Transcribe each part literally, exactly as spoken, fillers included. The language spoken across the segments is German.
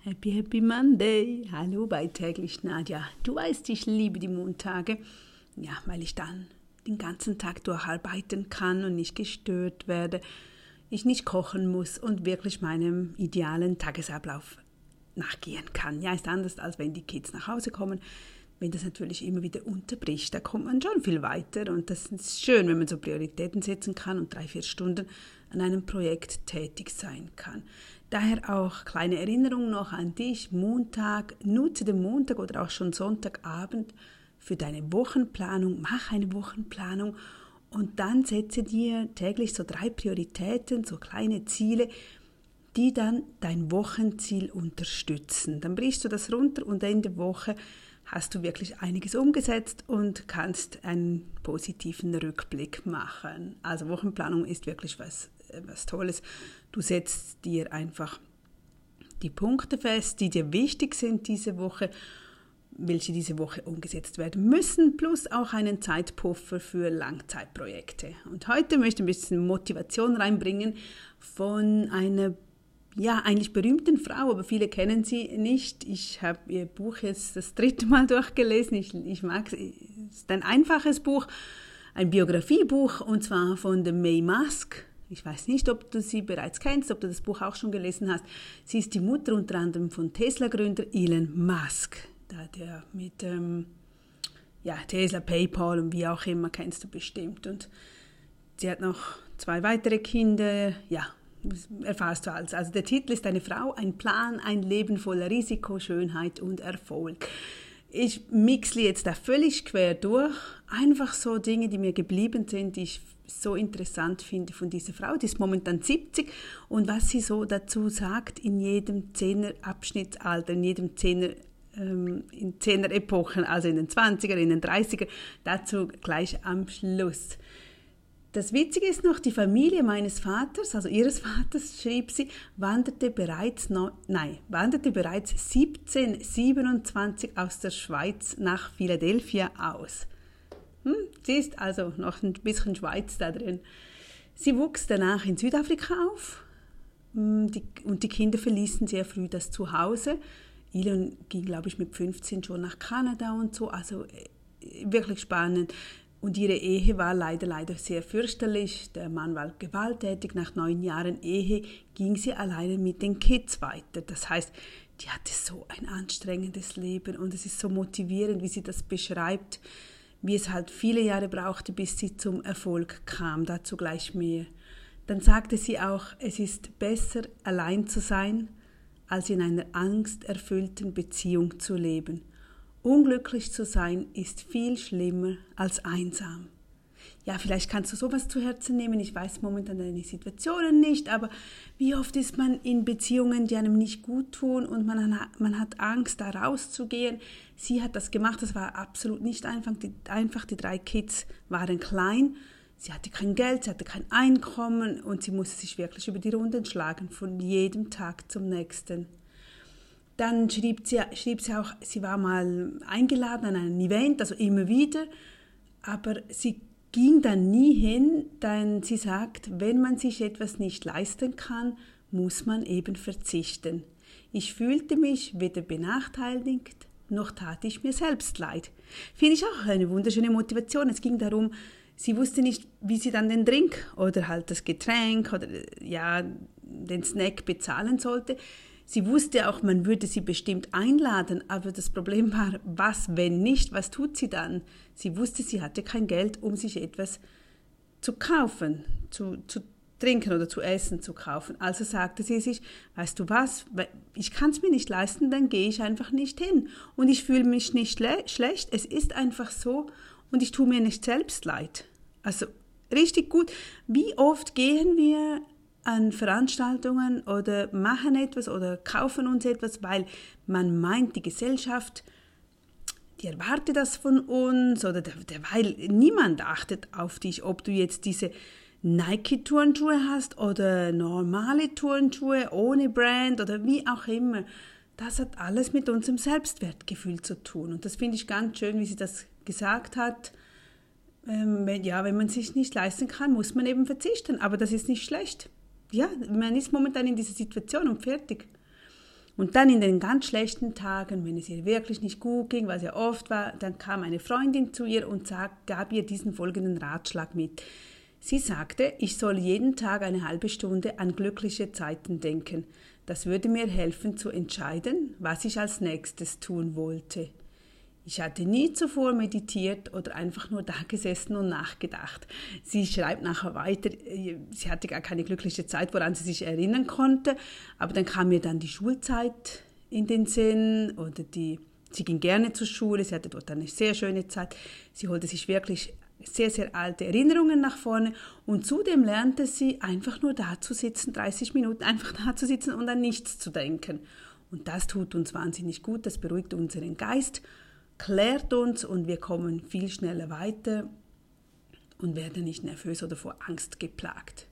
Happy, happy Monday. Hallo bei täglich Nadja. Du weißt, ich liebe die Montage, ja, weil ich dann den ganzen Tag durcharbeiten kann und nicht gestört werde, ich nicht kochen muss und wirklich meinem idealen Tagesablauf nachgehen kann. Ja, ist anders, als wenn die Kids nach Hause kommen. Wenn das natürlich immer wieder unterbricht, da kommt man schon viel weiter und das ist schön, wenn man so Prioritäten setzen kann und drei, vier Stunden an einem Projekt tätig sein kann. Daher auch kleine Erinnerung noch an dich, Montag, nutze den Montag oder auch schon Sonntagabend für deine Wochenplanung, mach eine Wochenplanung und dann setze dir täglich so drei Prioritäten, so kleine Ziele, die dann dein Wochenziel unterstützen. Dann brichst du das runter und Ende der Woche hast du wirklich einiges umgesetzt und kannst einen positiven Rückblick machen. Also Wochenplanung ist wirklich was, was Tolles. Du setzt dir einfach die Punkte fest, die dir wichtig sind diese Woche, welche diese Woche umgesetzt werden müssen, plus auch einen Zeitpuffer für Langzeitprojekte. Und heute möchte ich ein bisschen Motivation reinbringen von einer ja, eigentlich berühmten Frau, aber viele kennen sie nicht. Ich habe ihr Buch jetzt das dritte Mal durchgelesen. Ich, ich mag es. Es ist ein einfaches Buch, ein Biografiebuch, und zwar von der May Musk. Ich weiß nicht, ob du sie bereits kennst, ob du das Buch auch schon gelesen hast. Sie ist die Mutter unter anderem von Tesla-Gründer Elon Musk, da der mit ähm, ja, Tesla, PayPal und wie auch immer, kennst du bestimmt. Und sie hat noch zwei weitere Kinder, ja, erfahrst du alles. Also der Titel ist Eine Frau, ein Plan, ein Leben voller Risiko, Schönheit und Erfolg. Ich mixle jetzt da völlig quer durch, einfach so Dinge, die mir geblieben sind, die ich so interessant finde von dieser Frau. Die ist momentan siebzig und was sie so dazu sagt in jedem Zehner-Abschnittsalter, in jedem Zehner, ähm, in Zehner-Epochen, also in den zwanziger, in den dreißiger, dazu gleich am Schluss. Das Witzige ist noch, die Familie meines Vaters, also ihres Vaters, schrieb sie, wanderte bereits, no, nein, wanderte bereits siebzehnhundertsiebenundzwanzig aus der Schweiz nach Philadelphia aus. Hm, sie ist also noch ein bisschen Schweiz da drin. Sie wuchs danach in Südafrika auf die, und die Kinder verließen sehr früh das Zuhause. Elon ging, glaube ich, mit fünfzehn schon nach Kanada und so, also wirklich spannend. Und ihre Ehe war leider, leider sehr fürchterlich. Der Mann war gewalttätig. Nach neun Jahren Ehe ging sie alleine mit den Kids weiter. Das heißt, die hatte so ein anstrengendes Leben und es ist so motivierend, wie sie das beschreibt, wie es halt viele Jahre brauchte, bis sie zum Erfolg kam. Dazu gleich mehr. Dann sagte sie auch, es ist besser, allein zu sein, als in einer angsterfüllten Beziehung zu leben. Unglücklich zu sein ist viel schlimmer als einsam. Ja, vielleicht kannst du sowas zu Herzen nehmen. Ich weiß momentan deine Situationen nicht, aber wie oft ist man in Beziehungen, die einem nicht gut tun und man, man hat Angst, da rauszugehen. Sie hat das gemacht, das war absolut nicht einfach. Die, einfach. Die drei Kids waren klein, sie hatte kein Geld, sie hatte kein Einkommen und sie musste sich wirklich über die Runden schlagen, von jedem Tag zum nächsten. Dann schrieb sie, schrieb sie auch, sie war mal eingeladen an ein Event, also immer wieder, aber sie ging dann nie hin, denn sie sagt, wenn man sich etwas nicht leisten kann, muss man eben verzichten. Ich fühlte mich weder benachteiligt, noch tat ich mir selbst leid. Finde ich auch eine wunderschöne Motivation. Es ging darum, sie wusste nicht, wie sie dann den Drink oder halt das Getränk oder ja, den Snack bezahlen sollte. Sie wusste auch, man würde sie bestimmt einladen, aber das Problem war, was, wenn nicht, was tut sie dann? Sie wusste, sie hatte kein Geld, um sich etwas zu kaufen, zu, zu trinken oder zu essen zu kaufen. Also sagte sie sich, weißt du was, ich kann es mir nicht leisten, dann gehe ich einfach nicht hin. Und ich fühle mich nicht schle- schlecht, es ist einfach so und ich tue mir nicht selbst leid. Also richtig gut. Wie oft gehen wir an Veranstaltungen oder machen etwas oder kaufen uns etwas, weil man meint, die Gesellschaft, die erwartet das von uns oder weil niemand achtet auf dich, ob du jetzt diese Nike-Turnschuhe hast oder normale Turnschuhe ohne Brand oder wie auch immer. Das hat alles mit unserem Selbstwertgefühl zu tun und das finde ich ganz schön, wie sie das gesagt hat. Ähm, wenn, ja, wenn man sich nicht leisten kann, muss man eben verzichten, aber das ist nicht schlecht. Ja, man ist momentan in dieser Situation und fertig. Und dann in den ganz schlechten Tagen, wenn es ihr wirklich nicht gut ging, was ja oft war, dann kam eine Freundin zu ihr und sag, gab ihr diesen folgenden Ratschlag mit. Sie sagte, ich soll jeden Tag eine halbe Stunde an glückliche Zeiten denken. Das würde mir helfen zu entscheiden, was ich als nächstes tun wollte. Ich hatte nie zuvor meditiert oder einfach nur da gesessen und nachgedacht. Sie schreibt nachher weiter, sie hatte gar keine glückliche Zeit, woran sie sich erinnern konnte, aber dann kam mir dann die Schulzeit in den Sinn oder die, sie ging gerne zur Schule, sie hatte dort eine sehr schöne Zeit, sie holte sich wirklich sehr, sehr alte Erinnerungen nach vorne und zudem lernte sie einfach nur da zu sitzen, dreißig Minuten einfach da zu sitzen und an nichts zu denken. Und das tut uns wahnsinnig gut, das beruhigt unseren Geist, klärt uns und wir kommen viel schneller weiter und werden nicht nervös oder vor Angst geplagt.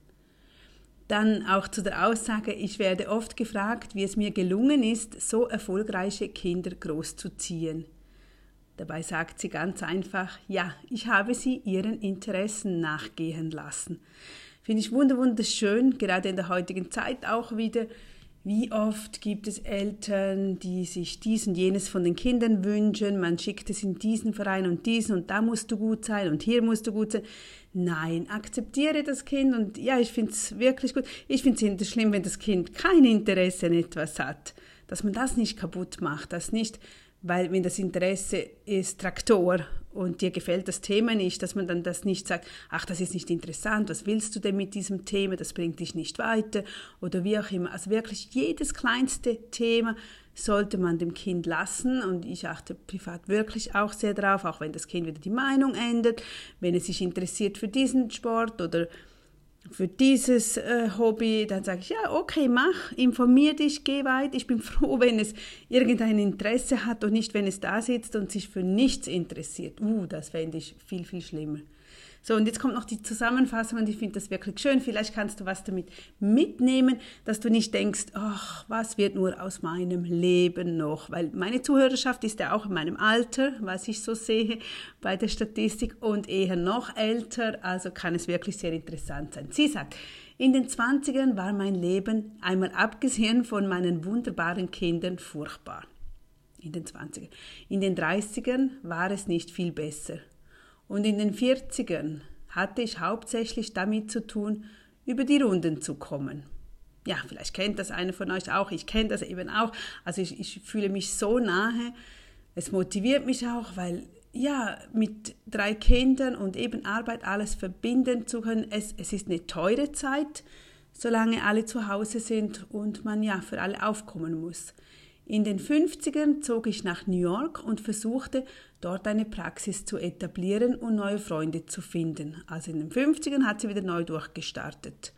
Dann auch zu der Aussage, ich werde oft gefragt, wie es mir gelungen ist, so erfolgreiche Kinder großzuziehen. Dabei sagt sie ganz einfach, ja, ich habe sie ihren Interessen nachgehen lassen. Finde ich wunderschön, gerade in der heutigen Zeit auch wieder. Wie oft gibt es Eltern, die sich dies und jenes von den Kindern wünschen, man schickt es in diesen Verein und diesen und da musst du gut sein und hier musst du gut sein. Nein, akzeptiere das Kind und ja, ich finde es wirklich gut. Ich finde es schlimm, wenn das Kind kein Interesse an etwas hat, dass man das nicht kaputt macht, dass nicht, weil wenn das Interesse ist Traktor und dir gefällt das Thema nicht, dass man dann das nicht sagt, ach, das ist nicht interessant, was willst du denn mit diesem Thema, das bringt dich nicht weiter oder wie auch immer. Also wirklich jedes kleinste Thema sollte man dem Kind lassen und ich achte privat wirklich auch sehr drauf, auch wenn das Kind wieder die Meinung ändert, wenn es sich interessiert für diesen Sport oder für dieses äh, Hobby, dann sage ich, ja, okay, mach, informier dich, geh weit. Ich bin froh, wenn es irgendein Interesse hat und nicht, wenn es da sitzt und sich für nichts interessiert. Uh, das fände ich viel, viel schlimmer. So, und jetzt kommt noch die Zusammenfassung und ich finde das wirklich schön. Vielleicht kannst du was damit mitnehmen, dass du nicht denkst, ach, was wird nur aus meinem Leben noch? Weil meine Zuhörerschaft ist ja auch in meinem Alter, was ich so sehe bei der Statistik und eher noch älter, also kann es wirklich sehr interessant sein. Sie sagt, in den Zwanzigern war mein Leben, einmal abgesehen von meinen wunderbaren Kindern, furchtbar. In den Zwanzigern. In den Dreißigern war es nicht viel besser. Und in den vierzigern hatte ich hauptsächlich damit zu tun, über die Runden zu kommen. Ja, vielleicht kennt das einer von euch auch, ich kenne das eben auch. Also ich, ich fühle mich so nahe, es motiviert mich auch, weil ja, mit drei Kindern und eben Arbeit alles verbinden zu können, es, es ist eine teure Zeit, solange alle zu Hause sind und man ja für alle aufkommen muss. In den fünfzigern zog ich nach New York und versuchte, dort eine Praxis zu etablieren und neue Freunde zu finden. Also in den fünfzigern hat sie wieder neu durchgestartet.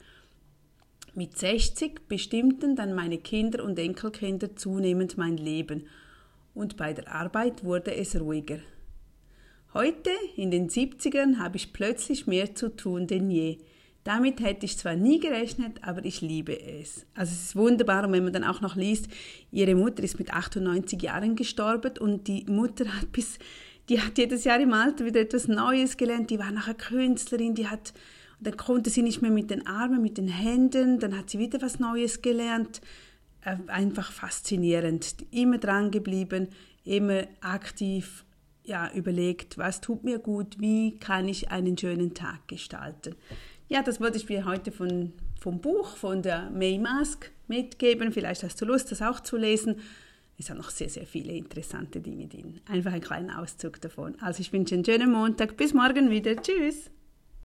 Mit sechzig bestimmten dann meine Kinder und Enkelkinder zunehmend mein Leben und bei der Arbeit wurde es ruhiger. Heute, in den siebzigern, habe ich plötzlich mehr zu tun denn je. Damit hätte ich zwar nie gerechnet, aber ich liebe es. Also es ist wunderbar, und wenn man dann auch noch liest, ihre Mutter ist mit achtundneunzig Jahren gestorben und die Mutter hat bis, die hat jedes Jahr im Alter wieder etwas Neues gelernt, die war nachher Künstlerin, die hat, dann konnte sie nicht mehr mit den Armen, mit den Händen, dann hat sie wieder was Neues gelernt. Einfach faszinierend, immer dran geblieben, immer aktiv, ja, überlegt, was tut mir gut, wie kann ich einen schönen Tag gestalten. Ja, das wollte ich dir heute von, vom Buch von der May Mask mitgeben. Vielleicht hast du Lust, das auch zu lesen. Es hat noch sehr, sehr viele interessante Dinge drin. Einfach ein kleiner Auszug davon. Also ich wünsche einen schönen Montag. Bis morgen wieder. Tschüss.